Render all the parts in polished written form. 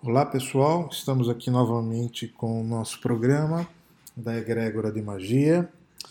Olá pessoal, estamos aqui novamente com o nosso programa da Egrégora de Magia.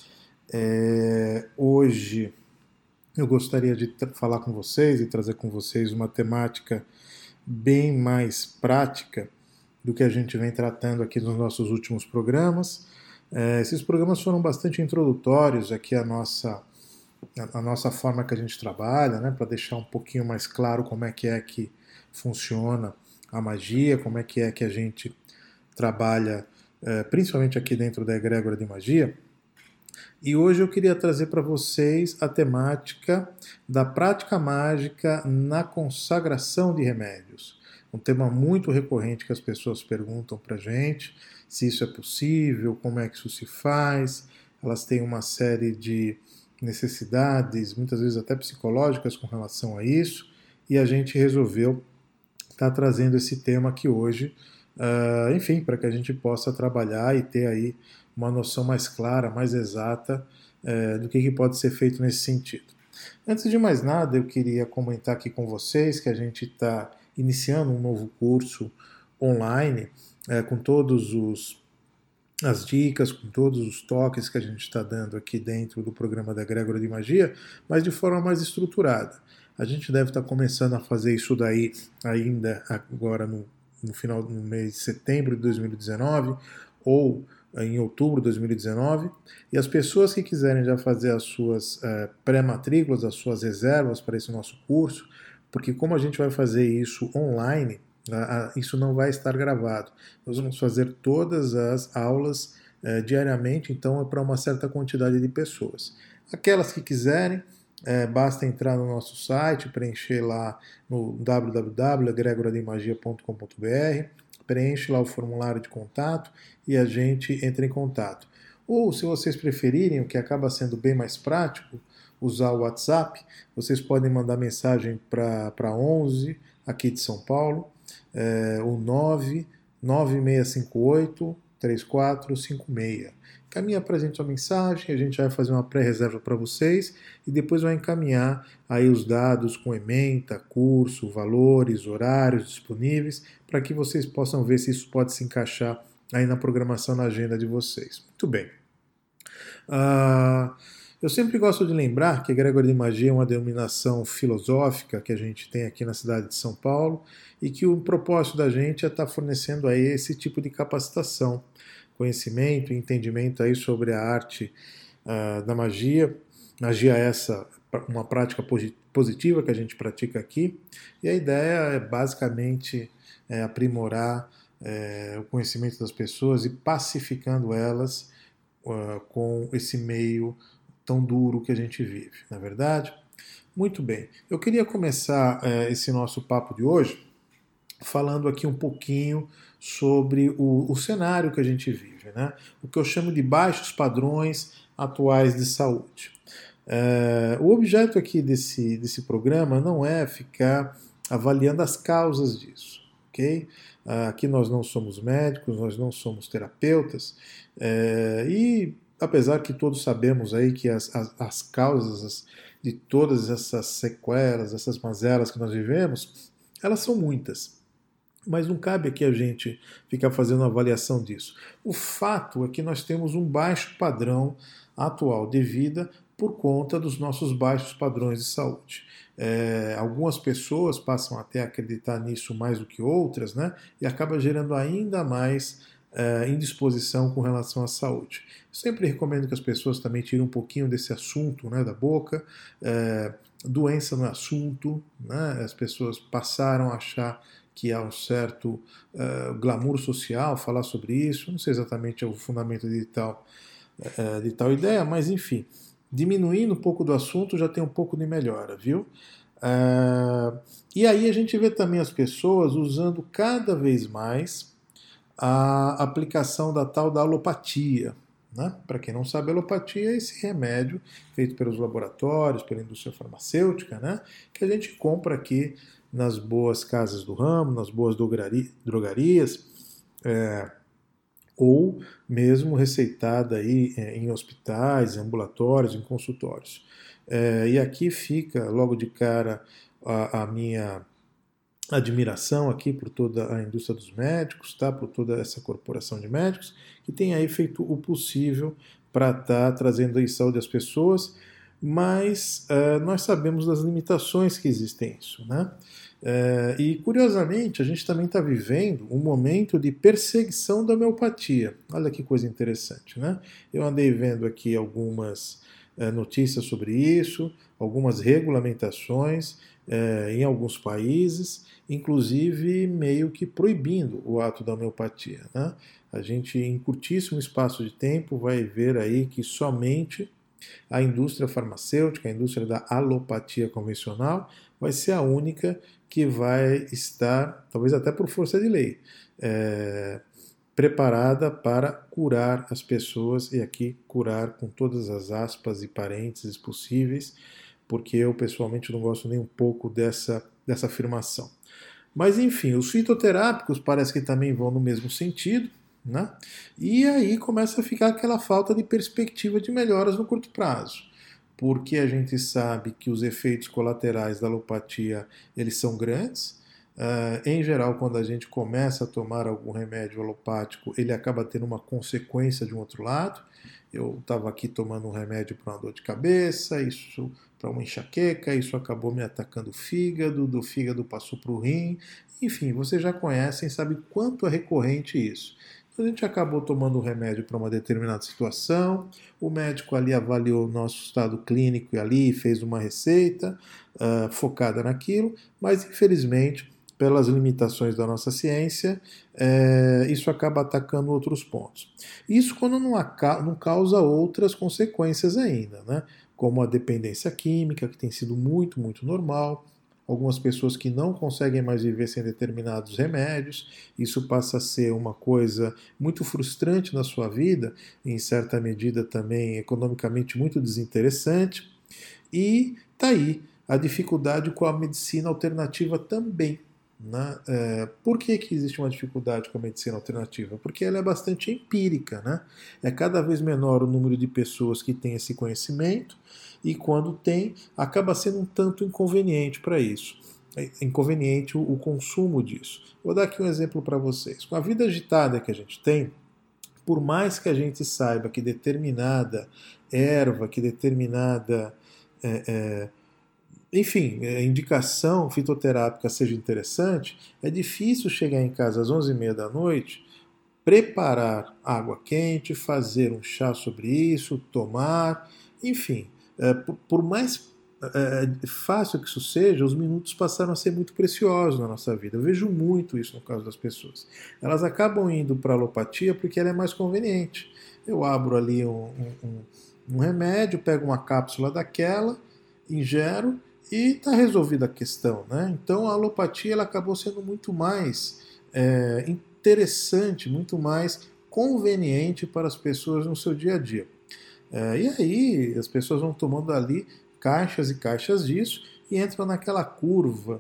Hoje eu gostaria de falar com vocês e trazer com vocês uma temática bem mais prática do que a gente vem tratando aqui nos nossos últimos programas. Esses programas foram bastante introdutórios aqui a nossa forma que a gente trabalha, né, para deixar um pouquinho mais claro como é que funciona a magia, como é que a gente trabalha, principalmente aqui dentro da egrégora de magia. E hoje eu queria trazer para vocês a temática da prática mágica na consagração de remédios. Um tema muito recorrente que as pessoas perguntam para a gente, se isso é possível, como é que isso se faz. Elas têm uma série de necessidades, muitas vezes até psicológicas com relação a isso, e a gente resolveu estar trazendo esse tema aqui hoje, enfim, para que a gente possa trabalhar e ter aí uma noção mais clara, mais exata do que pode ser feito nesse sentido. Antes de mais nada, eu queria comentar aqui com vocês que a gente está iniciando um novo curso online com todos as dicas, com todos os toques que a gente está dando aqui dentro do programa da Egrégora de Magia, mas de forma mais estruturada. A gente deve estar começando a fazer isso daí ainda agora no final do mês de setembro de 2019 ou em outubro de 2019, e as pessoas que quiserem já fazer as suas pré-matrículas, as suas reservas para esse nosso curso, porque como a gente vai fazer isso online, isso não vai estar gravado. Nós vamos fazer todas as aulas diariamente, então é para uma certa quantidade de pessoas. Aquelas que quiserem, basta entrar no nosso site, preencher lá no www.egregorademagia.com.br, preenche lá o formulário de contato e a gente entra em contato. Ou, se vocês preferirem, o que acaba sendo bem mais prático, usar o WhatsApp, vocês podem mandar mensagem para 11, aqui de São Paulo, o 99658 3456. Encaminha para a gente a mensagem, a gente vai fazer uma pré-reserva para vocês e depois vai encaminhar aí os dados com ementa, curso, valores, horários disponíveis, para que vocês possam ver se isso pode se encaixar aí na programação, na agenda de vocês. Muito bem. Eu sempre gosto de lembrar que a egrégora de magia é uma denominação filosófica que a gente tem aqui na cidade de São Paulo e que o propósito da gente é estar fornecendo aí esse tipo de capacitação, conhecimento e entendimento aí sobre a arte da magia. Magia essa, uma prática positiva que a gente pratica aqui, e a ideia é basicamente aprimorar o conhecimento das pessoas e pacificando elas com esse meio tão duro que a gente vive, não é verdade? Muito bem, eu queria começar esse nosso papo de hoje falando aqui um pouquinho sobre o cenário que a gente vive, né? O que eu chamo de baixos padrões atuais de saúde. O objeto aqui desse programa não é ficar avaliando as causas disso, ok? Aqui nós não somos médicos, nós não somos terapeutas, e apesar que todos sabemos aí que as causas de todas essas sequelas, essas mazelas que nós vivemos, elas são muitas. Mas não cabe aqui a gente ficar fazendo avaliação disso. O fato é que nós temos um baixo padrão atual de vida por conta dos nossos baixos padrões de saúde. Algumas pessoas passam até a acreditar nisso mais do que outras, né? E acaba gerando ainda mais indisposição com relação à saúde. Sempre recomendo que as pessoas também tirem um pouquinho desse assunto, né, da boca. Doença no assunto, né? As pessoas passaram a achar que há um certo glamour social falar sobre isso, não sei exatamente o fundamento de tal ideia, mas enfim, diminuindo um pouco do assunto já tem um pouco de melhora, viu? E aí a gente vê também as pessoas usando cada vez mais a aplicação da tal da alopatia. Né? Para quem não sabe, a alopatia é esse remédio feito pelos laboratórios, pela indústria farmacêutica, né? Que a gente compra aqui nas boas casas do ramo, nas boas drogarias, ou mesmo receitada aí em hospitais, em ambulatórios, em consultórios. E aqui fica logo de cara a minha admiração aqui por toda a indústria dos médicos, tá? Por toda essa corporação de médicos, que tem aí feito o possível para estar trazendo aí saúde às pessoas, mas nós sabemos das limitações que existem isso, né? E curiosamente, a gente também está vivendo um momento de perseguição da homeopatia. Olha que coisa interessante, né? Eu andei vendo aqui algumas notícias sobre isso, algumas regulamentações em alguns países, inclusive meio que proibindo o ato da homeopatia, né? A gente, em curtíssimo espaço de tempo, vai ver aí que somente a indústria farmacêutica, a indústria da alopatia convencional, vai ser a única que vai estar, talvez até por força de lei, preparada para curar as pessoas, e aqui curar com todas as aspas e parênteses possíveis, porque eu pessoalmente não gosto nem um pouco dessa afirmação. Mas enfim, os fitoterápicos parece que também vão no mesmo sentido, né? E aí começa a ficar aquela falta de perspectiva de melhoras no curto prazo, porque a gente sabe que os efeitos colaterais da alopatia eles são grandes. Em geral, quando a gente começa a tomar algum remédio alopático, ele acaba tendo uma consequência de um outro lado. Eu estava aqui tomando um remédio para uma dor de cabeça, isso para uma enxaqueca, isso acabou me atacando o fígado, do fígado passou para o rim. Enfim, vocês já conhecem, sabem quanto é recorrente isso. A gente acabou tomando um remédio para uma determinada situação, o médico ali avaliou o nosso estado clínico e ali fez uma receita focada naquilo, mas infelizmente, pelas limitações da nossa ciência, isso acaba atacando outros pontos. Isso quando não causa outras consequências ainda, né? Como a dependência química, que tem sido muito, muito normal, algumas pessoas que não conseguem mais viver sem determinados remédios, isso passa a ser uma coisa muito frustrante na sua vida, em certa medida também economicamente muito desinteressante, e tá aí a dificuldade com a medicina alternativa também. Né? Por que existe uma dificuldade com a medicina alternativa? Porque ela é bastante empírica, né? É cada vez menor o número de pessoas que têm esse conhecimento e quando tem, acaba sendo um tanto inconveniente para isso. É inconveniente o consumo disso. Vou dar aqui um exemplo para vocês. Com a vida agitada que a gente tem, por mais que a gente saiba que determinada erva, que determinada enfim, indicação fitoterápica seja interessante, é difícil chegar em casa às 11h30 da noite, preparar água quente, fazer um chá sobre isso, tomar, enfim, por mais fácil que isso seja, os minutos passaram a ser muito preciosos na nossa vida. Eu vejo muito isso no caso das pessoas. Elas acabam indo para a alopatia porque ela é mais conveniente. Eu abro ali um remédio, pego uma cápsula daquela, ingero, e está resolvida a questão, né? Então a alopatia ela acabou sendo muito mais interessante, muito mais conveniente para as pessoas no seu dia a dia. E aí as pessoas vão tomando ali caixas e caixas disso e entram naquela curva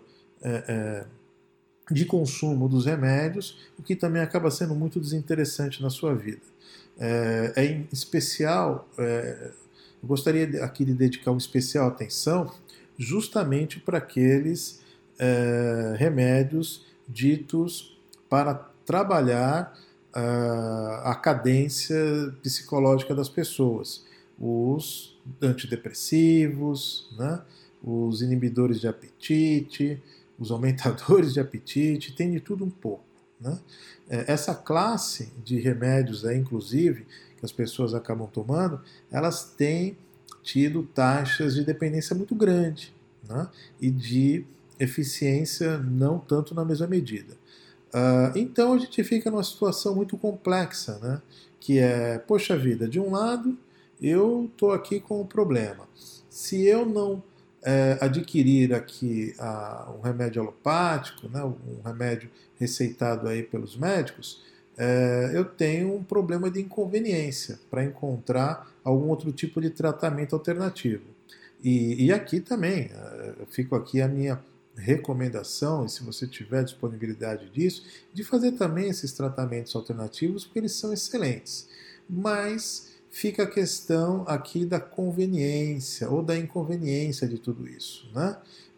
de consumo dos remédios, o que também acaba sendo muito desinteressante na sua vida. Em especial, eu gostaria aqui de dedicar uma especial atenção justamente para aqueles remédios ditos para trabalhar a cadência psicológica das pessoas. Os antidepressivos, né? Os inibidores de apetite, os aumentadores de apetite, tem de tudo um pouco. Né? Essa classe de remédios, inclusive, que as pessoas acabam tomando, elas têm tido taxas de dependência muito grande, né? E de eficiência não tanto na mesma medida. Então a gente fica numa situação muito complexa, né? Que é, poxa vida, de um lado eu estou aqui com um problema. Se eu não adquirir aqui um remédio alopático, né, um remédio receitado aí pelos médicos, eu tenho um problema de inconveniência para encontrar algum outro tipo de tratamento alternativo. E aqui também, eu fico aqui a minha recomendação, e se você tiver disponibilidade disso, de fazer também esses tratamentos alternativos, porque eles são excelentes. Mas fica a questão aqui da conveniência ou da inconveniência de tudo isso, né?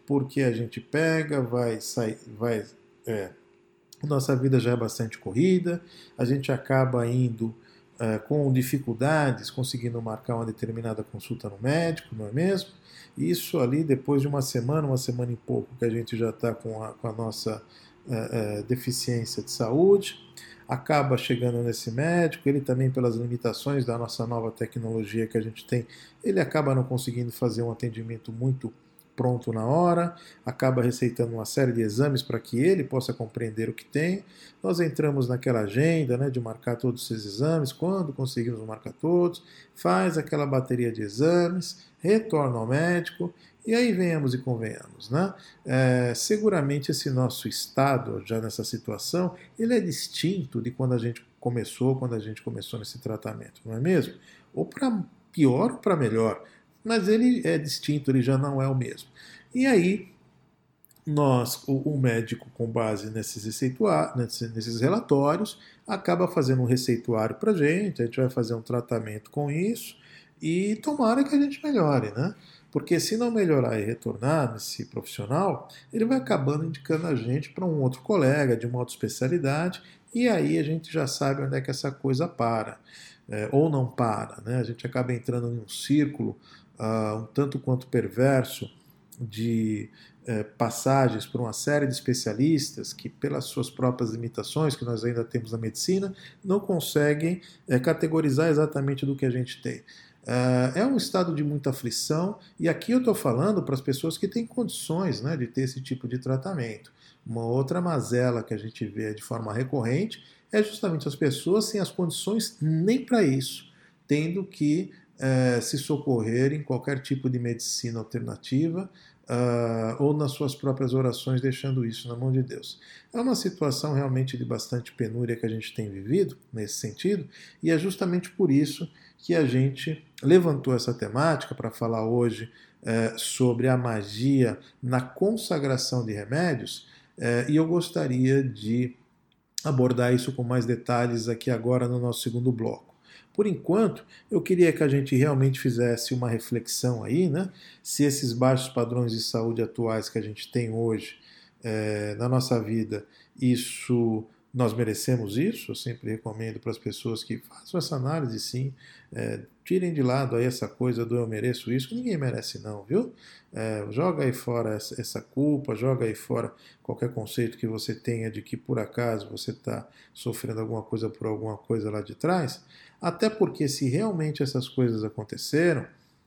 porque a gente pega, vai sair, nossa vida já é bastante corrida, a gente acaba indo com dificuldades, conseguindo marcar uma determinada consulta no médico, não é mesmo? Isso ali depois de uma semana e pouco, que a gente já está com a nossa deficiência de saúde, acaba chegando nesse médico, ele também pelas limitações da nossa nova tecnologia que a gente tem, ele acaba não conseguindo fazer um atendimento muito pronto na hora, acaba receitando uma série de exames para que ele possa compreender o que tem. Nós entramos naquela agenda, né, de marcar todos esses exames, quando conseguimos marcar todos, faz aquela bateria de exames, retorna ao médico, e aí venhamos e convenhamos, né? Seguramente esse nosso estado, já nessa situação, ele é distinto de quando a gente começou nesse tratamento, não é mesmo? Ou para pior ou para melhor, mas ele é distinto, ele já não é o mesmo. E aí, o médico, com base nesses relatórios, acaba fazendo um receituário para a gente vai fazer um tratamento com isso e tomara que a gente melhore, né? Porque se não melhorar e retornar nesse profissional, ele vai acabando indicando a gente para um outro colega de uma outra especialidade e aí a gente já sabe onde é que essa coisa para. Ou não para, né? A gente acaba entrando em um círculo um tanto quanto perverso de passagens por uma série de especialistas que, pelas suas próprias limitações que nós ainda temos na medicina, não conseguem categorizar exatamente do que a gente tem. É um estado de muita aflição, e aqui eu estou falando para as pessoas que têm condições, né, de ter esse tipo de tratamento. Uma outra mazela que a gente vê de forma recorrente é justamente as pessoas sem as condições nem para isso, tendo que se socorrer em qualquer tipo de medicina alternativa ou nas suas próprias orações, deixando isso na mão de Deus. É uma situação realmente de bastante penúria que a gente tem vivido nesse sentido, e é justamente por isso que a gente levantou essa temática para falar hoje sobre a magia na consagração de remédios, e eu gostaria de abordar isso com mais detalhes aqui agora no nosso segundo bloco. Por enquanto, eu queria que a gente realmente fizesse uma reflexão aí, né? Se esses baixos padrões de saúde atuais que a gente tem hoje na nossa vida, nós merecemos isso. Eu sempre recomendo para as pessoas que façam essa análise, sim. Tirem de lado aí essa coisa do eu mereço isso, que ninguém merece não, viu? Joga aí fora essa culpa, joga aí fora qualquer conceito que você tenha de que por acaso você está sofrendo alguma coisa por alguma coisa lá de trás, até porque se realmente essas coisas aconteceram,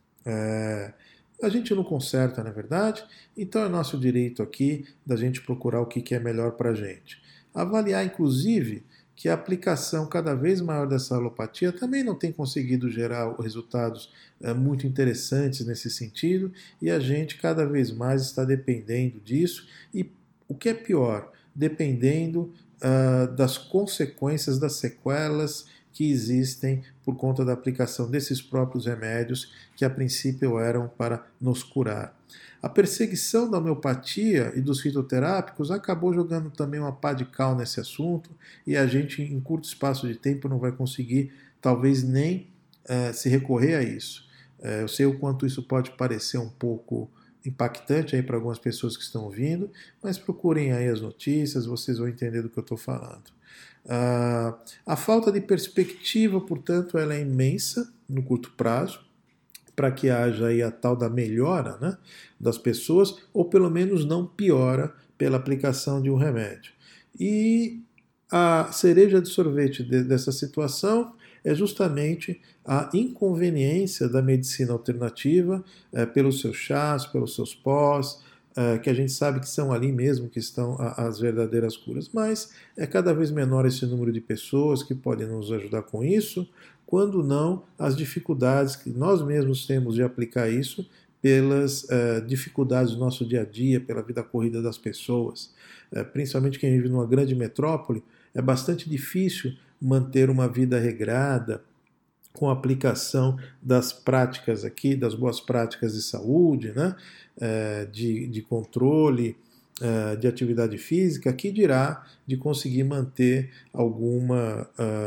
a gente não conserta, na verdade, então é nosso direito aqui da gente procurar o que é melhor para a gente. Avaliar, inclusive, que a aplicação cada vez maior dessa alopatia também não tem conseguido gerar resultados muito interessantes nesse sentido, e a gente cada vez mais está dependendo disso, e o que é pior, dependendo das consequências, das sequelas que existem por conta da aplicação desses próprios remédios que a princípio eram para nos curar. A perseguição da homeopatia e dos fitoterápicos acabou jogando também uma pá de cal nesse assunto, e a gente, em curto espaço de tempo, não vai conseguir, talvez, nem se recorrer a isso. Eu sei o quanto isso pode parecer um pouco impactante aí para algumas pessoas que estão ouvindo, mas procurem aí as notícias, vocês vão entender do que eu estou falando. A falta de perspectiva, portanto, ela é imensa no curto prazo, para que haja aí a tal da melhora, né, das pessoas, ou pelo menos não piora pela aplicação de um remédio. E a cereja de sorvete dessa situação é justamente a inconveniência da medicina alternativa pelos seus chás, pelos seus pós, que a gente sabe que são ali mesmo que estão as verdadeiras curas, mas é cada vez menor esse número de pessoas que podem nos ajudar com isso, quando não as dificuldades que nós mesmos temos de aplicar isso pelas dificuldades do nosso dia a dia, pela vida corrida das pessoas. Principalmente quem vive numa grande metrópole, é bastante difícil manter uma vida regrada, com a aplicação das práticas aqui, das boas práticas de saúde, né? De controle, de atividade física, que dirá de conseguir manter alguma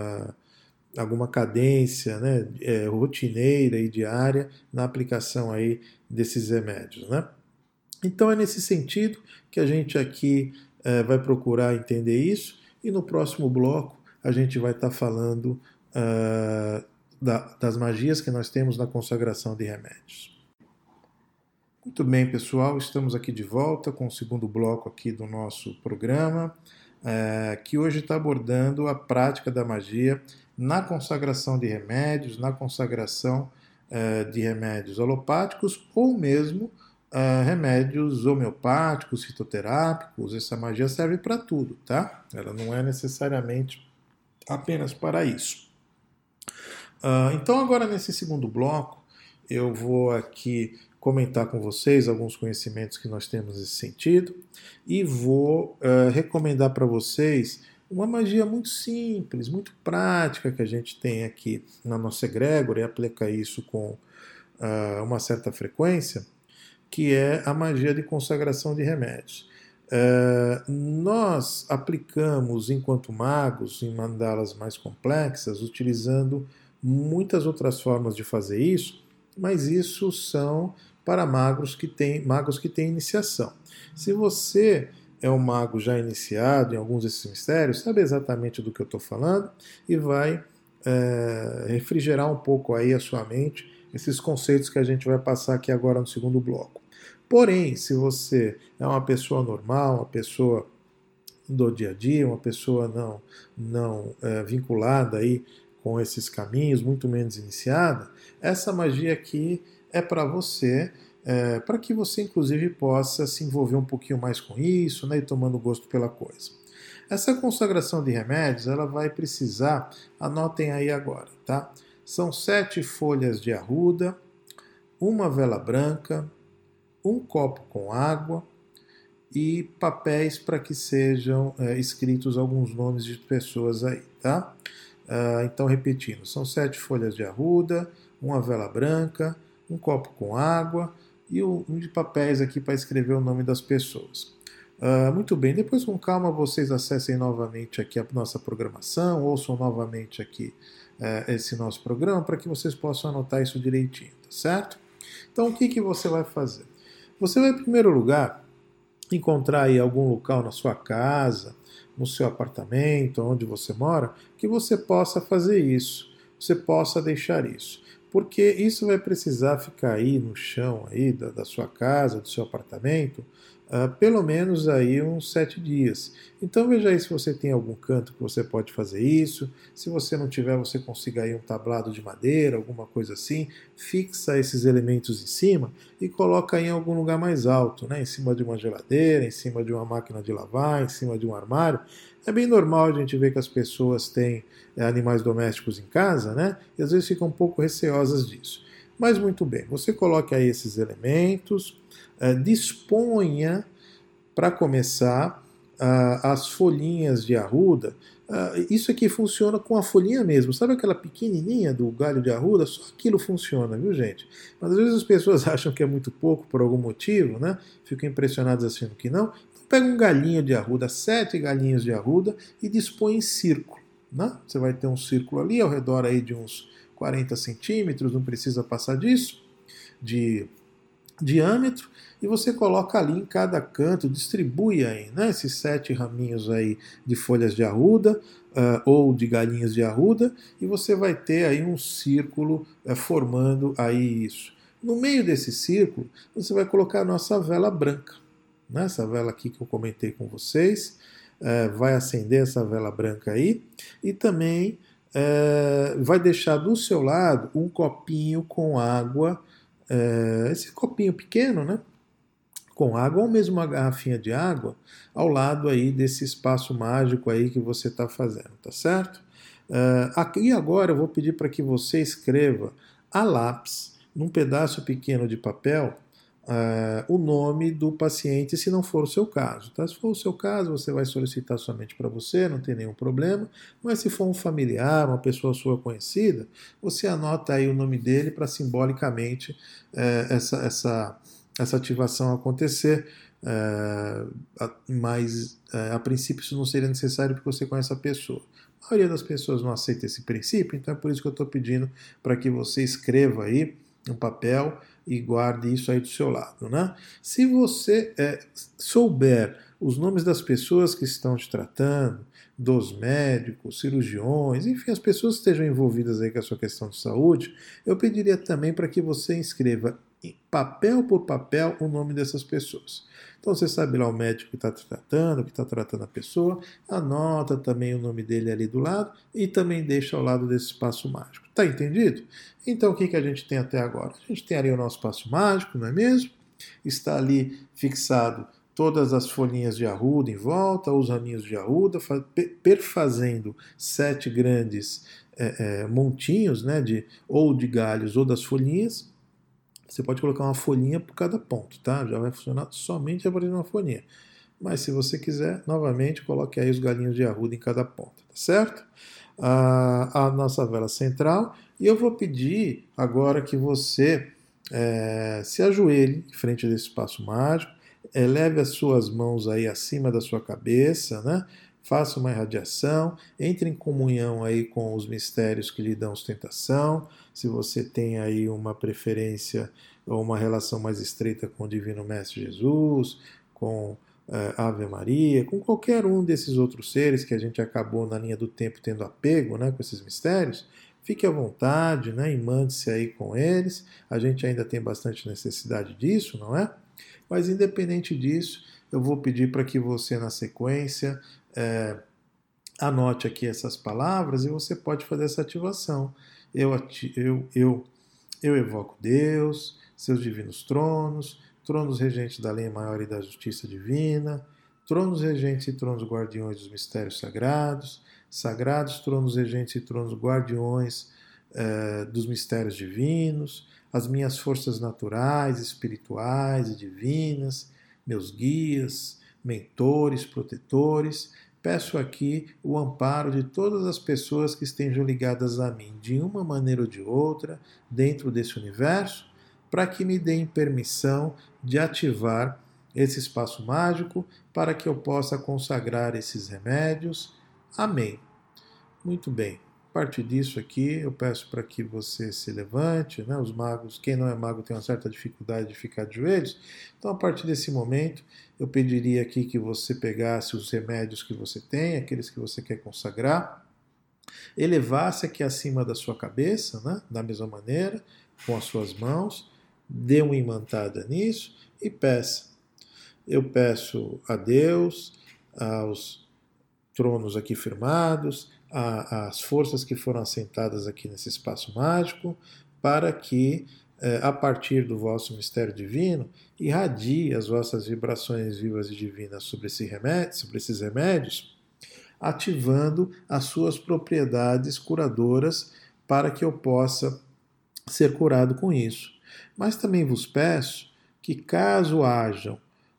cadência, né, rotineira e diária na aplicação aí desses remédios, né? Então é nesse sentido que a gente aqui vai procurar entender isso, e no próximo bloco a gente vai estar falando das magias que nós temos na consagração de remédios. Muito bem, pessoal, estamos aqui de volta com o segundo bloco aqui do nosso programa, que hoje está abordando a prática da magia na consagração de remédios, na consagração de remédios alopáticos ou mesmo remédios homeopáticos, fitoterápicos. Essa magia serve para tudo, tá? Ela não é necessariamente apenas para isso. Então agora nesse segundo bloco eu vou aqui comentar com vocês alguns conhecimentos que nós temos nesse sentido e vou recomendar para vocês uma magia muito simples, muito prática que a gente tem aqui na nossa egrégora e aplica isso com uma certa frequência, que é a magia de consagração de remédios. Nós aplicamos, enquanto magos, em mandalas mais complexas, utilizando muitas outras formas de fazer isso, mas isso são para magos que têm iniciação. Se você é um mago já iniciado em alguns desses mistérios, sabe exatamente do que eu estou falando e vai refrigerar um pouco aí a sua mente, esses conceitos que a gente vai passar aqui agora no segundo bloco. Porém, se você é uma pessoa normal, uma pessoa do dia a dia, uma pessoa não vinculada aí com esses caminhos, muito menos iniciada, essa magia aqui é para você, para que você inclusive possa se envolver um pouquinho mais com isso, né, e tomando gosto pela coisa. Essa consagração de remédios, ela vai precisar, anotem aí agora, tá? São 7 folhas de arruda, uma vela branca, um copo com água e papéis para que sejam escritos alguns nomes de pessoas aí, tá? Então, repetindo, são 7 folhas de arruda, uma vela branca, um copo com água e um de papéis aqui para escrever o nome das pessoas. Muito bem, depois com calma vocês acessem novamente aqui a nossa programação, ouçam novamente aqui esse nosso programa para que vocês possam anotar isso direitinho, tá certo? Então, o que você vai fazer? Você vai, em primeiro lugar, encontrar aí algum local na sua casa, no seu apartamento, onde você mora, que você possa fazer isso, você possa deixar isso. Porque isso vai precisar ficar aí no chão aí da sua casa, do seu apartamento, pelo menos aí uns 7 dias. Então veja aí se você tem algum canto que você pode fazer isso. Se você não tiver, você consiga aí um tablado de madeira, alguma coisa assim, fixa esses elementos em cima e coloca em algum lugar mais alto, né? Em cima de uma geladeira, em cima de uma máquina de lavar, em cima de um armário. É bem normal a gente ver que as pessoas têm animais domésticos em casa, né? E às vezes ficam um pouco receosas disso. Mas muito bem, você coloque aí esses elementos, disponha, para começar, as folhinhas de arruda. Isso aqui funciona com a folhinha mesmo. Sabe aquela pequenininha do galho de arruda? Só aquilo funciona, viu, gente? Mas às vezes as pessoas acham que é muito pouco por algum motivo, né? Ficam impressionadas achando que não. Então pega um galinho de arruda, 7 galinhos de arruda e dispõe em círculo, né? Você vai ter um círculo ali ao redor aí de uns 40 centímetros, não precisa passar disso, de diâmetro, e você coloca ali em cada canto, distribui aí, né, esses 7 raminhos aí de folhas de arruda ou de galinhas de arruda, e você vai ter aí um círculo formando aí isso. No meio desse círculo, você vai colocar a nossa vela branca, né, essa vela aqui que eu comentei com vocês, vai acender essa vela branca aí, e também vai deixar do seu lado um copinho com água, esse copinho pequeno, né, com água, ou mesmo uma garrafinha de água, ao lado aí desse espaço mágico aí que você está fazendo, tá certo? E agora eu vou pedir para que você escreva a lápis, num pedaço pequeno de papel, o nome do paciente, se não for o seu caso. Tá? Se for o seu caso, você vai solicitar somente para você, não tem nenhum problema, mas se for um familiar, uma pessoa sua conhecida, você anota aí o nome dele para simbolicamente essa ativação acontecer, mas a princípio isso não seria necessário porque você conhece a pessoa. A maioria das pessoas não aceita esse princípio, então é por isso que eu estou pedindo para que você escreva aí no papel e guarde isso aí do seu lado, né? Se você souber os nomes das pessoas que estão te tratando, dos médicos, cirurgiões, enfim, as pessoas que estejam envolvidas aí com a sua questão de saúde, eu pediria também para que você inscreva papel por papel o nome dessas pessoas. Então você sabe lá o médico que está tratando, que está tratando a pessoa, anota também o nome dele ali do lado e também deixa ao lado desse espaço mágico. Tá entendido? Então o que a gente tem até agora? A gente tem ali o nosso espaço mágico, não é mesmo? Está ali fixado todas as folhinhas de arruda em volta, os raminhos de arruda, perfazendo 7 grandes montinhos, né, ou de galhos ou das folhinhas. Você pode colocar uma folhinha por cada ponto, tá? Já vai funcionar somente a partir de uma folhinha. Mas se você quiser, novamente, coloque aí os galinhos de arruda em cada ponta, tá certo? A nossa vela central. E eu vou pedir agora que você se ajoelhe em frente desse espaço mágico, eleve as suas mãos aí acima da sua cabeça, né? Faça uma irradiação, entre em comunhão aí com os mistérios que lhe dão sustentação. Se você tem aí uma preferência ou uma relação mais estreita com o Divino Mestre Jesus, com Ave Maria, com qualquer um desses outros seres que a gente acabou na linha do tempo tendo apego, né, com esses mistérios, fique à vontade, né, e mande-se aí com eles. A gente ainda tem bastante necessidade disso, não é? Mas independente disso, eu vou pedir para que você, na sequência, anote aqui essas palavras e você pode fazer essa ativação. Eu evoco Deus, seus divinos tronos, tronos regentes da lei maior e da justiça divina, tronos regentes e tronos guardiões dos mistérios sagrados, sagrados tronos regentes e tronos guardiões dos mistérios divinos, as minhas forças naturais, espirituais e divinas, meus guias, mentores, protetores. Peço aqui o amparo de todas as pessoas que estejam ligadas a mim, de uma maneira ou de outra, dentro desse universo, para que me deem permissão de ativar esse espaço mágico para que eu possa consagrar esses remédios. Amém. Muito bem. A partir disso aqui, eu peço para que você se levante, né? Os magos, quem não é mago tem uma certa dificuldade de ficar de joelhos. Então, a partir desse momento, eu pediria aqui que você pegasse os remédios que você tem, aqueles que você quer consagrar, elevasse aqui acima da sua cabeça, né? Da mesma maneira, com as suas mãos, dê uma imantada nisso e peça. Eu peço a Deus, aos tronos aqui firmados, as forças que foram assentadas aqui nesse espaço mágico, para que, a partir do vosso mistério divino, irradie as vossas vibrações vivas e divinas sobre esses remédios, ativando as suas propriedades curadoras para que eu possa ser curado com isso. Mas também vos peço que, caso hajam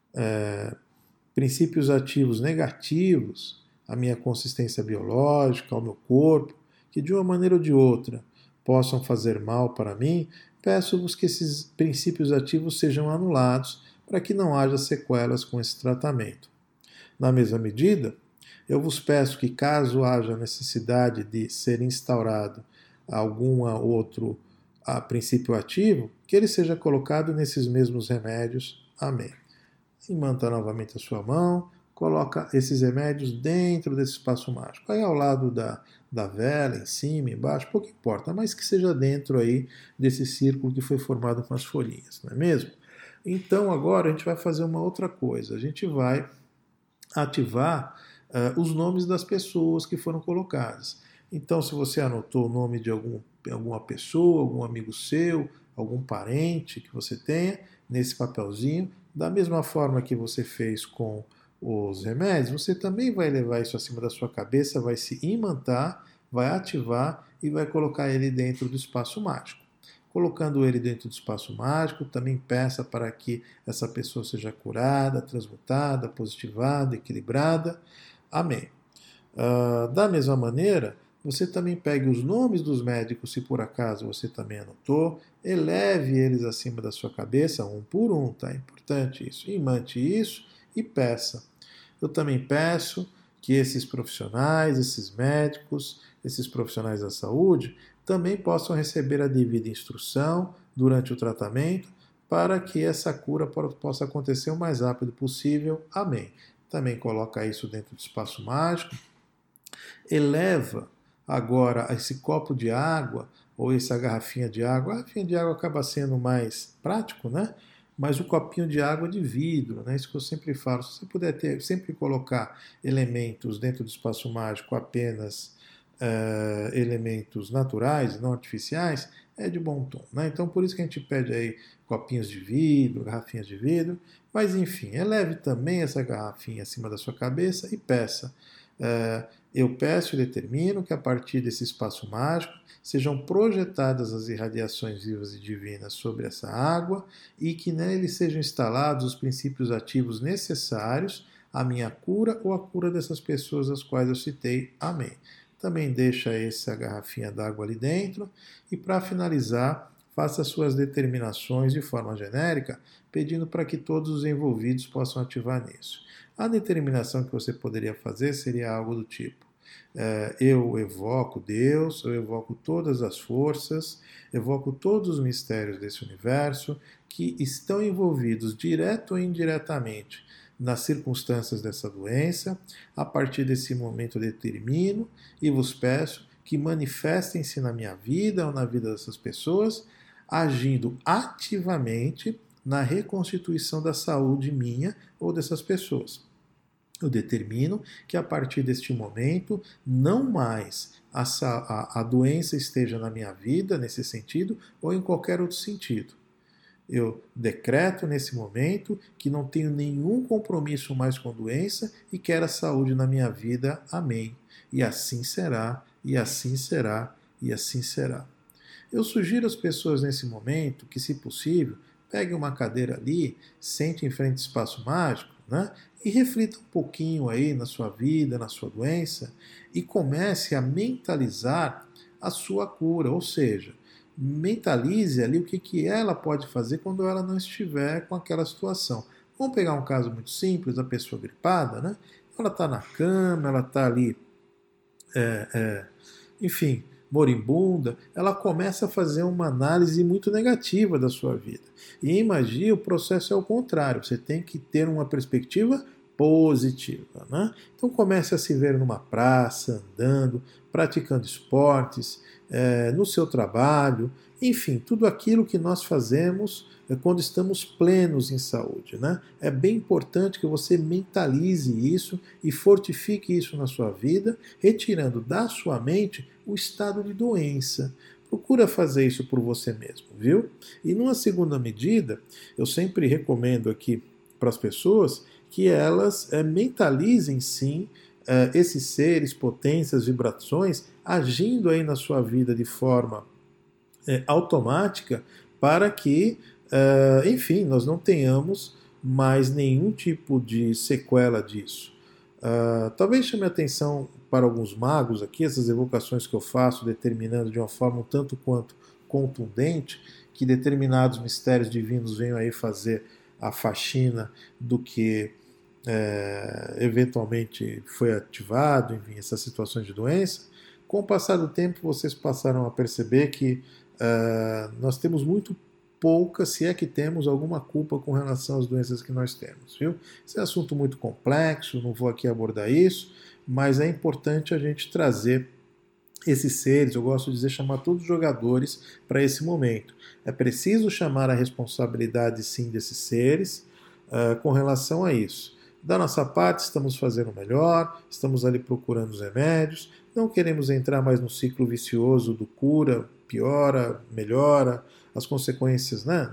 princípios ativos negativos à minha consistência biológica, ao meu corpo, que de uma maneira ou de outra possam fazer mal para mim, peço-vos que esses princípios ativos sejam anulados para que não haja sequelas com esse tratamento. Na mesma medida, eu vos peço que, caso haja necessidade de ser instaurado algum outro princípio ativo, que ele seja colocado nesses mesmos remédios. Amém. Imanta novamente a sua mão, coloca esses remédios dentro desse espaço mágico. Aí ao lado da vela, em cima, embaixo, pouco importa, mas que seja dentro aí desse círculo que foi formado com as folhinhas, não é mesmo? Então agora a gente vai fazer uma outra coisa. A gente vai ativar os nomes das pessoas que foram colocadas. Então, se você anotou o nome de alguma pessoa, algum amigo seu, algum parente que você tenha, nesse papelzinho, da mesma forma que você fez com os remédios, você também vai levar isso acima da sua cabeça, vai se imantar, vai ativar e vai colocar ele dentro do espaço mágico. Colocando ele dentro do espaço mágico, também peça para que essa pessoa seja curada, transmutada, positivada, equilibrada. Amém. Da mesma maneira, você também pegue os nomes dos médicos, se por acaso você também anotou, eleve eles acima da sua cabeça, um por um, tá? É importante isso. Imante isso e peça. Eu também peço que esses profissionais, esses médicos, esses profissionais da saúde, também possam receber a devida instrução durante o tratamento para que essa cura possa acontecer o mais rápido possível. Amém. Também coloca isso dentro do espaço mágico. Eleva agora esse copo de água ou essa garrafinha de água. A garrafinha de água acaba sendo mais prático, né? Mas o copinho de água de vidro, né? Isso que eu sempre falo. Se você puder sempre colocar elementos dentro do espaço mágico, apenas elementos naturais, não artificiais, é de bom tom, né? Então por isso que a gente pede aí copinhos de vidro, garrafinhas de vidro, mas enfim, eleve também essa garrafinha acima da sua cabeça e peça. Eu peço e determino que a partir desse espaço mágico sejam projetadas as irradiações vivas e divinas sobre essa água e que nele sejam instalados os princípios ativos necessários à minha cura ou à cura dessas pessoas às quais eu citei. Amém. Também deixa essa garrafinha d'água ali dentro e, para finalizar, faça suas determinações de forma genérica, pedindo para que todos os envolvidos possam ativar nisso. A determinação que você poderia fazer seria algo do tipo: eu evoco Deus, eu evoco todas as forças, evoco todos os mistérios desse universo que estão envolvidos direto ou indiretamente nas circunstâncias dessa doença. A partir desse momento eu determino e vos peço que manifestem-se na minha vida ou na vida dessas pessoas, agindo ativamente na reconstituição da saúde minha ou dessas pessoas. Eu determino que a partir deste momento não mais a doença esteja na minha vida nesse sentido ou em qualquer outro sentido. Eu decreto nesse momento que não tenho nenhum compromisso mais com a doença e quero a saúde na minha vida. Amém. E assim será, e assim será, e assim será. Eu sugiro às pessoas nesse momento que, se possível, peguem uma cadeira ali, sente em frente ao espaço mágico, né? E reflita um pouquinho aí na sua vida, na sua doença, e comece a mentalizar a sua cura, ou seja, mentalize ali o que ela pode fazer quando ela não estiver com aquela situação. Vamos pegar um caso muito simples, a pessoa gripada, né? Ela está na cama, ela está ali, enfim, moribunda, ela começa a fazer uma análise muito negativa da sua vida. E em magia o processo é o contrário, você tem que ter uma perspectiva positiva, né? Então comece a se ver numa praça, andando, praticando esportes, no seu trabalho, enfim, tudo aquilo que nós fazemos quando estamos plenos em saúde, né? É bem importante que você mentalize isso e fortifique isso na sua vida, retirando da sua mente o estado de doença. Procura fazer isso por você mesmo, viu? E numa segunda medida, eu sempre recomendo aqui para as pessoas que elas mentalizem sim esses seres, potências, vibrações agindo aí na sua vida de forma automática para que, enfim, nós não tenhamos mais nenhum tipo de sequela disso. Talvez chame a atenção para alguns magos aqui, essas evocações que eu faço, determinando de uma forma um tanto quanto contundente que determinados mistérios divinos venham aí fazer a faxina do que eventualmente foi ativado, enfim, essas situações de doença. Com o passar do tempo, vocês passaram a perceber que nós temos muito pouca, se é que temos alguma culpa com relação às doenças que nós temos, viu? Esse é um assunto muito complexo, não vou aqui abordar isso, mas é importante a gente trazer esses seres, eu gosto de dizer, chamar todos os jogadores para esse momento. É preciso chamar a responsabilidade, sim, desses seres com relação a isso. Da nossa parte, estamos fazendo o melhor, estamos ali procurando os remédios, não queremos entrar mais no ciclo vicioso do cura, piora, melhora, as consequências, né,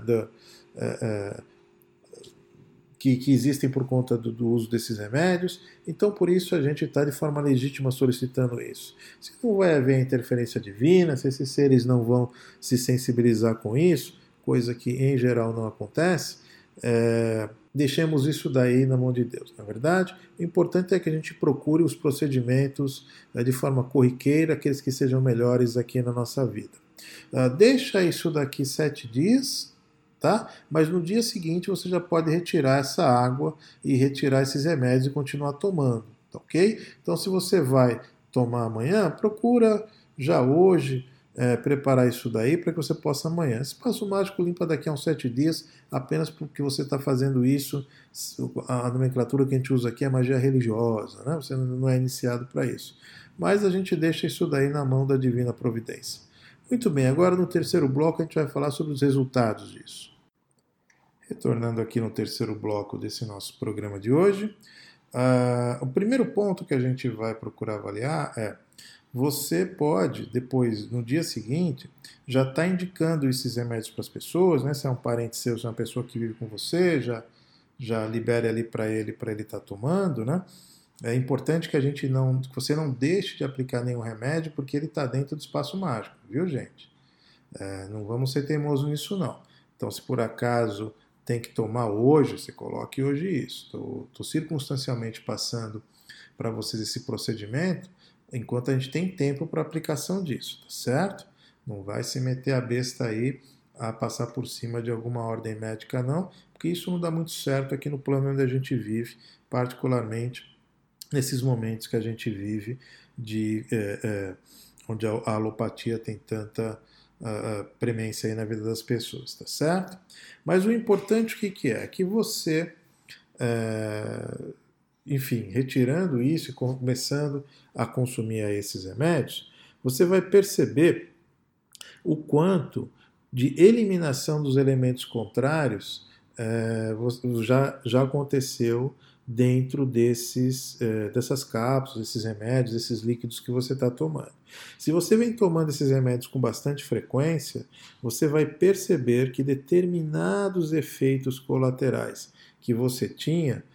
que existem por conta do uso desses remédios. Então, por isso, a gente está de forma legítima solicitando isso. Se não vai haver interferência divina, se esses seres não vão se sensibilizar com isso, coisa que em geral não acontece, deixemos isso daí na mão de Deus. Na verdade, o importante é que a gente procure os procedimentos de forma corriqueira, aqueles que sejam melhores aqui na nossa vida. Deixa isso daqui 7 dias, tá? Mas no dia seguinte você já pode retirar essa água e retirar esses remédios e continuar tomando, tá ok? Então se você vai tomar amanhã, procura já hoje preparar isso daí para que você possa amanhã. Esse passo mágico limpa daqui a uns 7 dias, apenas porque você está fazendo isso. A nomenclatura que a gente usa aqui é magia religiosa, né? Você não é iniciado para isso. Mas a gente deixa isso daí na mão da divina providência. Muito bem, agora no terceiro bloco a gente vai falar sobre os resultados disso. Retornando aqui no terceiro bloco desse nosso programa de hoje, o primeiro ponto que a gente vai procurar avaliar é: você pode, depois, no dia seguinte, já estar indicando esses remédios para as pessoas, né? Se é um parente seu, se é uma pessoa que vive com você, já libere ali para ele estar tomando, né? É importante que que você não deixe de aplicar nenhum remédio, porque ele está dentro do espaço mágico, viu, gente? Não vamos ser teimosos nisso, não. Então, se por acaso tem que tomar hoje, você coloque hoje isso. Estou circunstancialmente passando para vocês esse procedimento, enquanto a gente tem tempo para aplicação disso, tá certo? Não vai se meter a besta aí a passar por cima de alguma ordem médica, não, porque isso não dá muito certo aqui no plano onde a gente vive, particularmente nesses momentos que a gente vive onde a alopatia tem tanta premência aí na vida das pessoas, tá certo? Mas o importante o que é? Que você, enfim, retirando isso e começando a consumir esses remédios, você vai perceber o quanto de eliminação dos elementos contrários já aconteceu dentro dessas cápsulas, esses remédios, esses líquidos que você está tomando. Se você vem tomando esses remédios com bastante frequência, você vai perceber que determinados efeitos colaterais que você tinha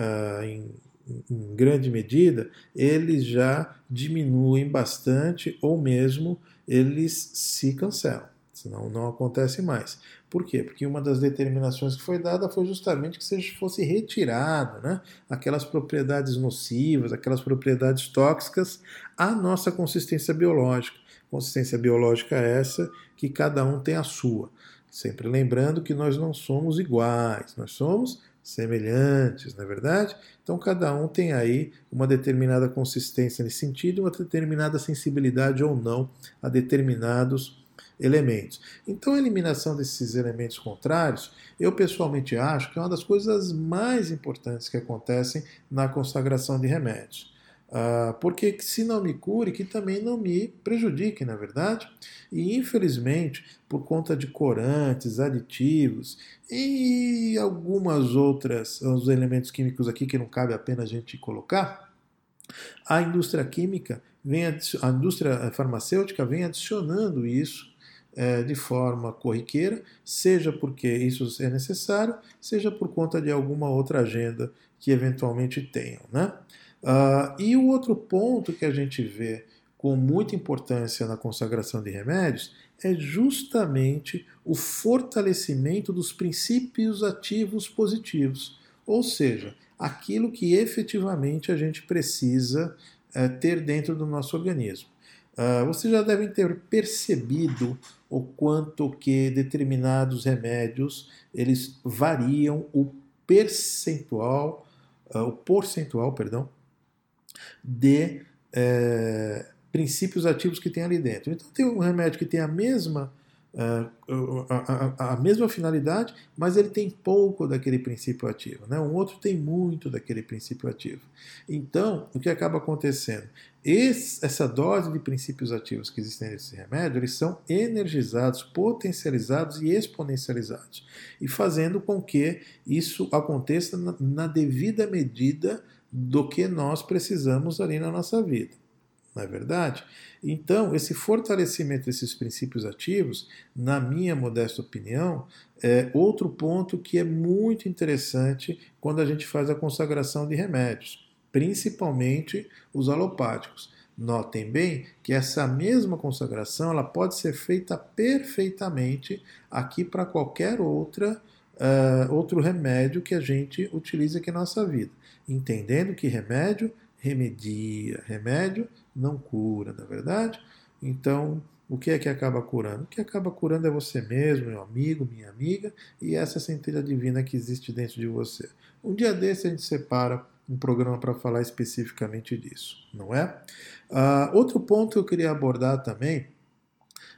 em grande medida, eles já diminuem bastante ou mesmo eles se cancelam, senão não acontece mais. Por quê? Porque uma das determinações que foi dada foi justamente que fosse retirado, né, aquelas propriedades nocivas, aquelas propriedades tóxicas à nossa consistência biológica. Consistência biológica essa que cada um tem a sua. Sempre lembrando que nós não somos iguais, nós somos semelhantes, não é verdade? Então cada um tem aí uma determinada consistência nesse sentido, uma determinada sensibilidade ou não a determinados elementos. Então a eliminação desses elementos contrários, eu pessoalmente acho que é uma das coisas mais importantes que acontecem na consagração de remédios. Porque se não me cure, que também não me prejudique, na verdade. E infelizmente, por conta de corantes, aditivos e algumas outras, os elementos químicos aqui que não cabe a pena a gente colocar, a indústria química, a indústria farmacêutica vem adicionando isso de forma corriqueira, seja porque isso é necessário, seja por conta de alguma outra agenda que eventualmente tenham, né? E o outro ponto que a gente vê com muita importância na consagração de remédios é justamente o fortalecimento dos princípios ativos positivos, ou seja, aquilo que efetivamente a gente precisa ter dentro do nosso organismo. Vocês já devem ter percebido o quanto que determinados remédios eles variam o percentual, de princípios ativos que tem ali dentro. Então tem um remédio que tem a mesma finalidade, mas ele tem pouco daquele princípio ativo, né? Um outro tem muito daquele princípio ativo. Então, o que acaba acontecendo? Essa dose de princípios ativos que existem nesse remédio, eles são energizados, potencializados e exponencializados, e fazendo com que isso aconteça na devida medida do que nós precisamos ali na nossa vida. Não é verdade? Então, esse fortalecimento desses princípios ativos, na minha modesta opinião, é outro ponto que é muito interessante quando a gente faz a consagração de remédios, principalmente os alopáticos. Notem bem que essa mesma consagração ela pode ser feita perfeitamente aqui para qualquer outro remédio que a gente utilize aqui na nossa vida, entendendo que remédio remedia, remédio não cura, não é verdade? Então, o que é que acaba curando? O que acaba curando é você mesmo, meu amigo, minha amiga, e essa centelha divina que existe dentro de você. Um dia desse a gente separa um programa para falar especificamente disso, não é? Outro ponto que eu queria abordar também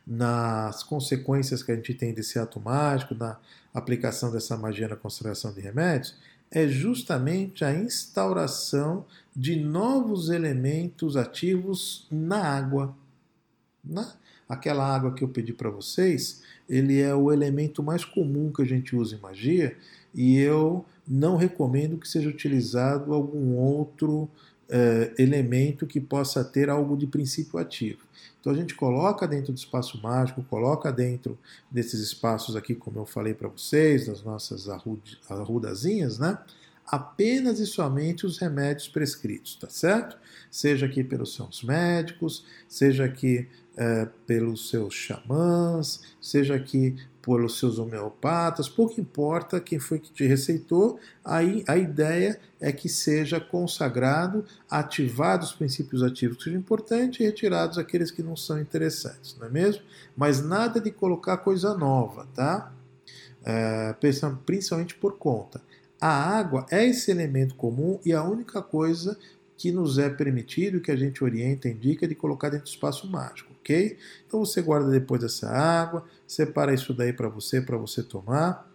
nas consequências que a gente tem desse ato mágico, na aplicação dessa magia na consagração de remédios, é justamente a instauração de novos elementos ativos na água. Aquela água que eu pedi para vocês, ele é o elemento mais comum que a gente usa em magia e eu não recomendo que seja utilizado algum outro elemento que possa ter algo de princípio ativo. Então a gente coloca dentro do espaço mágico, coloca dentro desses espaços aqui, como eu falei para vocês, das nossas arrudazinhas, né? Apenas e somente os remédios prescritos, tá certo? Seja aqui pelos seus médicos, seja aqui pelos seus xamãs, seja aqui pelos seus homeopatas, pouco importa quem foi que te receitou, aí a ideia é que seja consagrado, ativados os princípios ativos que sejam importantes e retirados aqueles que não são interessantes, não é mesmo? Mas nada de colocar coisa nova, tá? Principalmente por conta. A água é esse elemento comum e a única coisa que nos é permitido, que a gente orienta, indica, de colocar dentro do espaço mágico, ok? Então você guarda depois dessa água, separa isso daí para você tomar,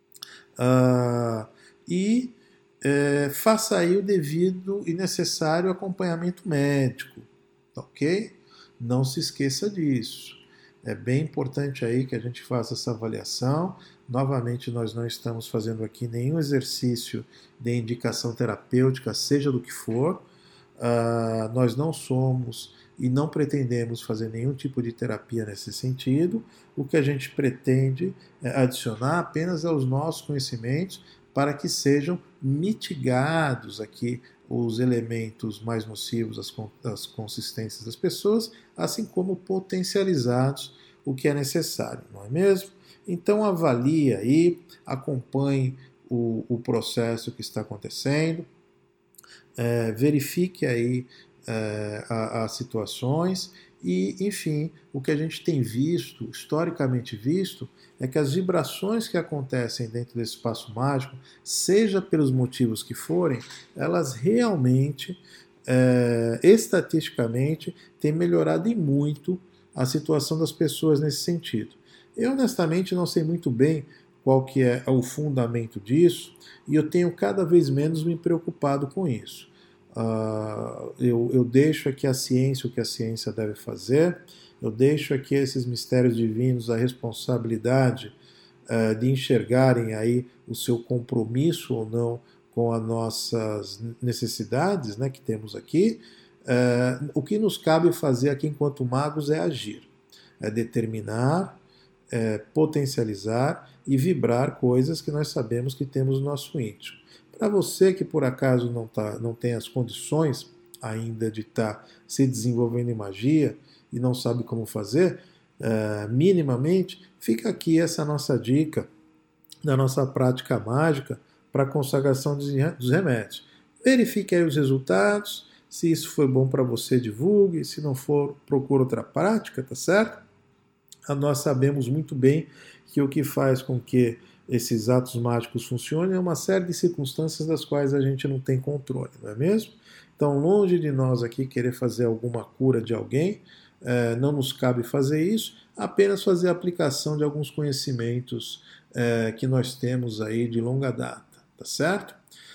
e faça aí o devido e necessário acompanhamento médico, ok? Não se esqueça disso. É bem importante aí que a gente faça essa avaliação. Novamente, nós não estamos fazendo aqui nenhum exercício de indicação terapêutica, seja do que for. Nós não somos e não pretendemos fazer nenhum tipo de terapia nesse sentido. O que a gente pretende é adicionar apenas aos nossos conhecimentos para que sejam mitigados aqui os elementos mais nocivos das consistências das pessoas, assim como potencializados o que é necessário, não é mesmo? Então avalie aí, acompanhe o processo que está acontecendo, verifique aí as situações e, enfim, o que a gente tem visto, historicamente visto, é que as vibrações que acontecem dentro desse espaço mágico, seja pelos motivos que forem, elas realmente, estatisticamente, têm melhorado e muito a situação das pessoas nesse sentido. Eu, honestamente, não sei muito bem qual que é o fundamento disso e eu tenho cada vez menos me preocupado com isso. Eu deixo aqui a ciência o que a ciência deve fazer, eu deixo aqui esses mistérios divinos a responsabilidade de enxergarem aí o seu compromisso ou não com as nossas necessidades, né, que temos aqui. O que nos cabe fazer aqui enquanto magos é agir, é determinar, potencializar e vibrar coisas que nós sabemos que temos no nosso íntimo. Para você que por acaso não tem as condições ainda de estar se desenvolvendo em magia e não sabe como fazer, minimamente, fica aqui essa nossa dica da nossa prática mágica para a consagração dos remédios. Verifique aí os resultados, se isso foi bom para você, divulgue, se não for, procure outra prática, tá certo? Nós sabemos muito bem que o que faz com que esses atos mágicos funcionem é uma série de circunstâncias das quais a gente não tem controle, não é mesmo? Então, longe de nós aqui querer fazer alguma cura de alguém, não nos cabe fazer isso, apenas fazer a aplicação de alguns conhecimentos que nós temos aí de longa data, tá certo?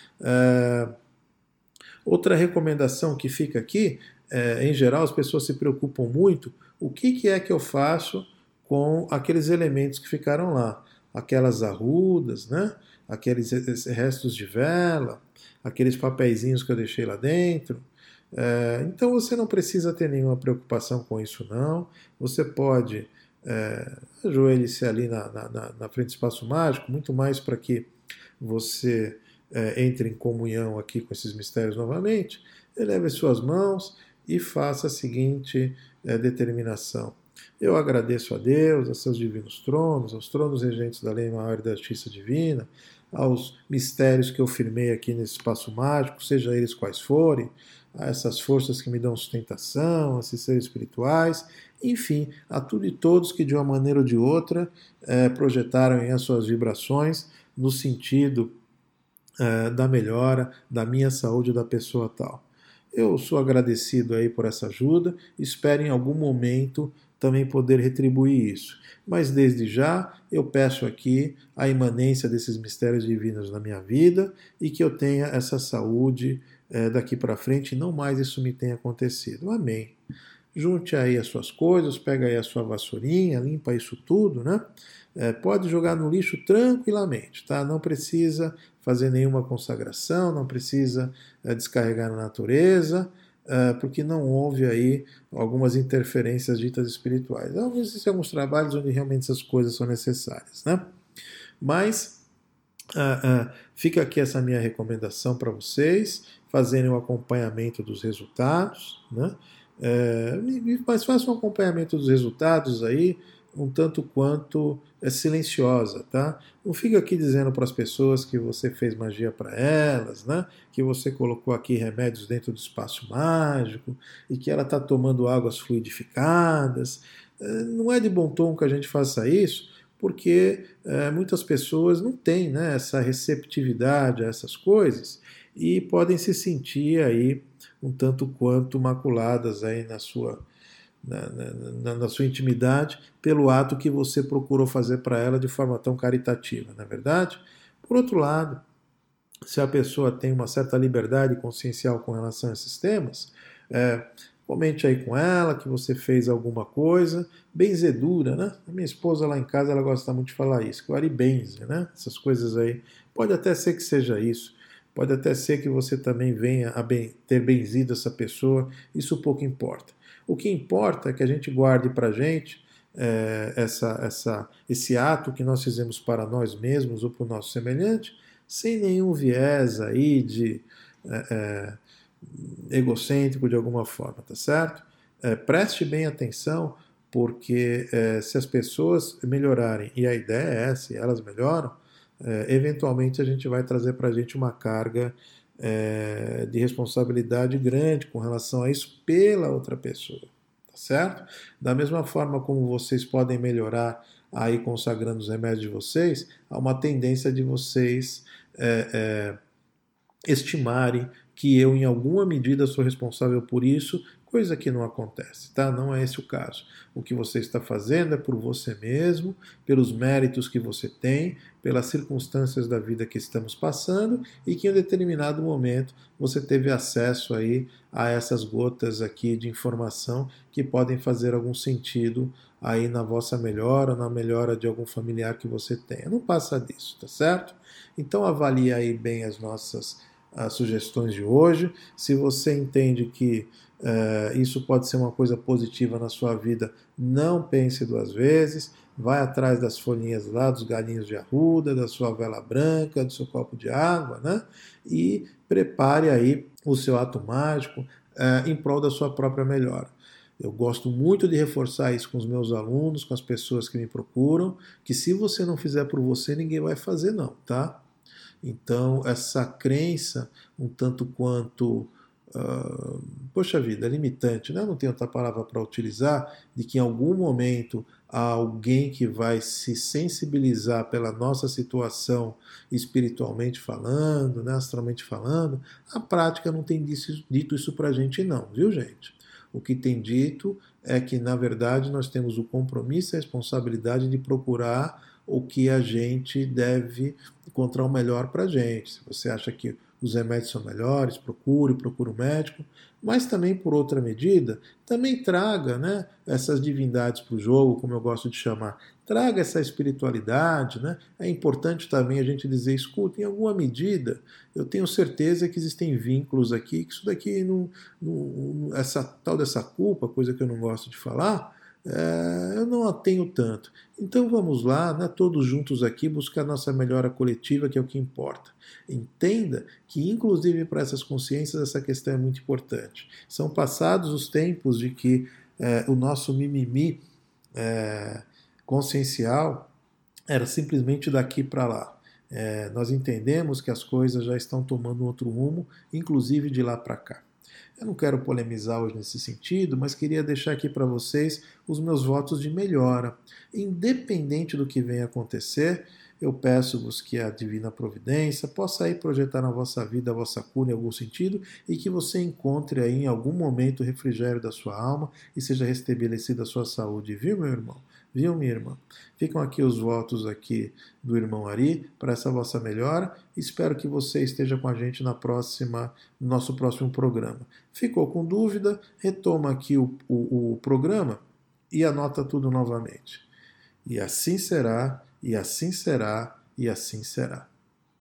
Outra recomendação que fica aqui, em geral as pessoas se preocupam muito, o que é que eu faço com aqueles elementos que ficaram lá, aquelas arrudas, né? Aqueles restos de vela, aqueles papeizinhos que eu deixei lá dentro. Então você não precisa ter nenhuma preocupação com isso não, você pode ajoelhe-se ali na frente do espaço mágico, muito mais para que você entre em comunhão aqui com esses mistérios novamente, eleve as suas mãos e faça a seguinte determinação. Eu agradeço a Deus, a seus divinos tronos, aos tronos regentes da lei maior e da justiça divina, aos mistérios que eu firmei aqui nesse espaço mágico, seja eles quais forem, a essas forças que me dão sustentação, a esses seres espirituais, enfim, a tudo e todos que de uma maneira ou de outra projetaram as suas vibrações no sentido da melhora da minha saúde da pessoa tal. Eu sou agradecido aí por essa ajuda, espero em algum momento também poder retribuir isso. Mas desde já eu peço aqui a imanência desses mistérios divinos na minha vida e que eu tenha essa saúde daqui para frente e não mais isso me tenha acontecido. Amém. Junte aí as suas coisas, pega aí a sua vassourinha, limpa isso tudo, né? Pode jogar no lixo tranquilamente, tá? Não precisa fazer nenhuma consagração, não precisa descarregar na natureza, porque não houve aí algumas interferências ditas espirituais. Existem alguns trabalhos onde realmente essas coisas são necessárias, né? Mas fica aqui essa minha recomendação para vocês fazerem o acompanhamento dos resultados, né? Mas façam um acompanhamento dos resultados aí um tanto quanto silenciosa, tá? Não fica aqui dizendo para as pessoas que você fez magia para elas, né? Que você colocou aqui remédios dentro do espaço mágico e que ela está tomando águas fluidificadas. Não é de bom tom que a gente faça isso, porque muitas pessoas não têm, né, essa receptividade a essas coisas e podem se sentir aí um tanto quanto maculadas aí na sua intimidade pelo ato que você procurou fazer para ela de forma tão caritativa, não é verdade? Por outro lado, se a pessoa tem uma certa liberdade consciencial com relação a esses temas, comente aí com ela que você fez alguma coisa, benzedura, né? A minha esposa lá em casa, ela gosta muito de falar isso, que o Ari benze, né? Essas coisas aí. Pode até ser que seja isso. Pode até ser que você também venha a ter benzido essa pessoa, isso pouco importa. O que importa é que a gente guarde para a gente esse ato que nós fizemos para nós mesmos ou para o nosso semelhante, sem nenhum viés aí de egocêntrico de alguma forma, tá certo? Preste bem atenção, porque se as pessoas melhorarem, e a ideia é essa, e elas melhoram, eventualmente a gente vai trazer para a gente uma carga de responsabilidade grande com relação a isso pela outra pessoa, tá certo? Da mesma forma como vocês podem melhorar aí consagrando os remédios de vocês, há uma tendência de vocês estimarem que eu, em alguma medida, sou responsável por isso, coisa que não acontece, tá? Não é esse o caso. O que você está fazendo é por você mesmo, pelos méritos que você tem, pelas circunstâncias da vida que estamos passando e que em um determinado momento você teve acesso aí a essas gotas aqui de informação que podem fazer algum sentido aí na vossa melhora, na melhora de algum familiar que você tenha. Não passa disso, tá certo? Então avalie aí bem as sugestões de hoje. Se você entende que isso pode ser uma coisa positiva na sua vida, não pense duas vezes, vai atrás das folhinhas lá, dos galinhos de arruda, da sua vela branca, do seu copo de água, né? E prepare aí o seu ato mágico em prol da sua própria melhora. Eu gosto muito de reforçar isso com os meus alunos, com as pessoas que me procuram, que se você não fizer por você, ninguém vai fazer não, tá? Então, essa crença, um tanto quanto, poxa vida, limitante, né? Não tenho outra palavra para utilizar, de que em algum momento há alguém que vai se sensibilizar pela nossa situação espiritualmente falando, né? Astralmente falando, a prática não tem dito isso para a gente não, viu gente? O que tem dito é que, na verdade, nós temos o compromisso e a responsabilidade de procurar o que a gente deve encontrar o melhor para a gente. Se você acha que os remédios são melhores, procure o médico, mas também, por outra medida, também traga, né, essas divindades para o jogo, como eu gosto de chamar. Traga essa espiritualidade, né? É importante também a gente dizer, escuta, em alguma medida, eu tenho certeza que existem vínculos aqui, que isso daqui, essa tal dessa culpa, coisa que eu não gosto de falar, eu não a tenho tanto. Então vamos lá, né, todos juntos aqui, buscar nossa melhora coletiva, que é o que importa. Entenda que, inclusive para essas consciências, essa questão é muito importante. São passados os tempos de que o nosso mimimi consciencial era simplesmente daqui para lá. Nós entendemos que as coisas já estão tomando outro rumo, inclusive de lá para cá. Eu não quero polemizar hoje nesse sentido, mas queria deixar aqui para vocês os meus votos de melhora. Independente do que venha acontecer, eu peço-vos que a divina providência possa aí projetar na vossa vida a vossa cura em algum sentido e que você encontre aí em algum momento o refrigério da sua alma e seja restabelecida a sua saúde, viu, meu irmão? Viu, minha irmã? Ficam aqui os votos aqui do irmão Ari para essa vossa melhora. Espero que você esteja com a gente no nosso próximo programa. Ficou com dúvida? Retoma aqui o programa e anota tudo novamente. E assim será, e assim será, e assim será.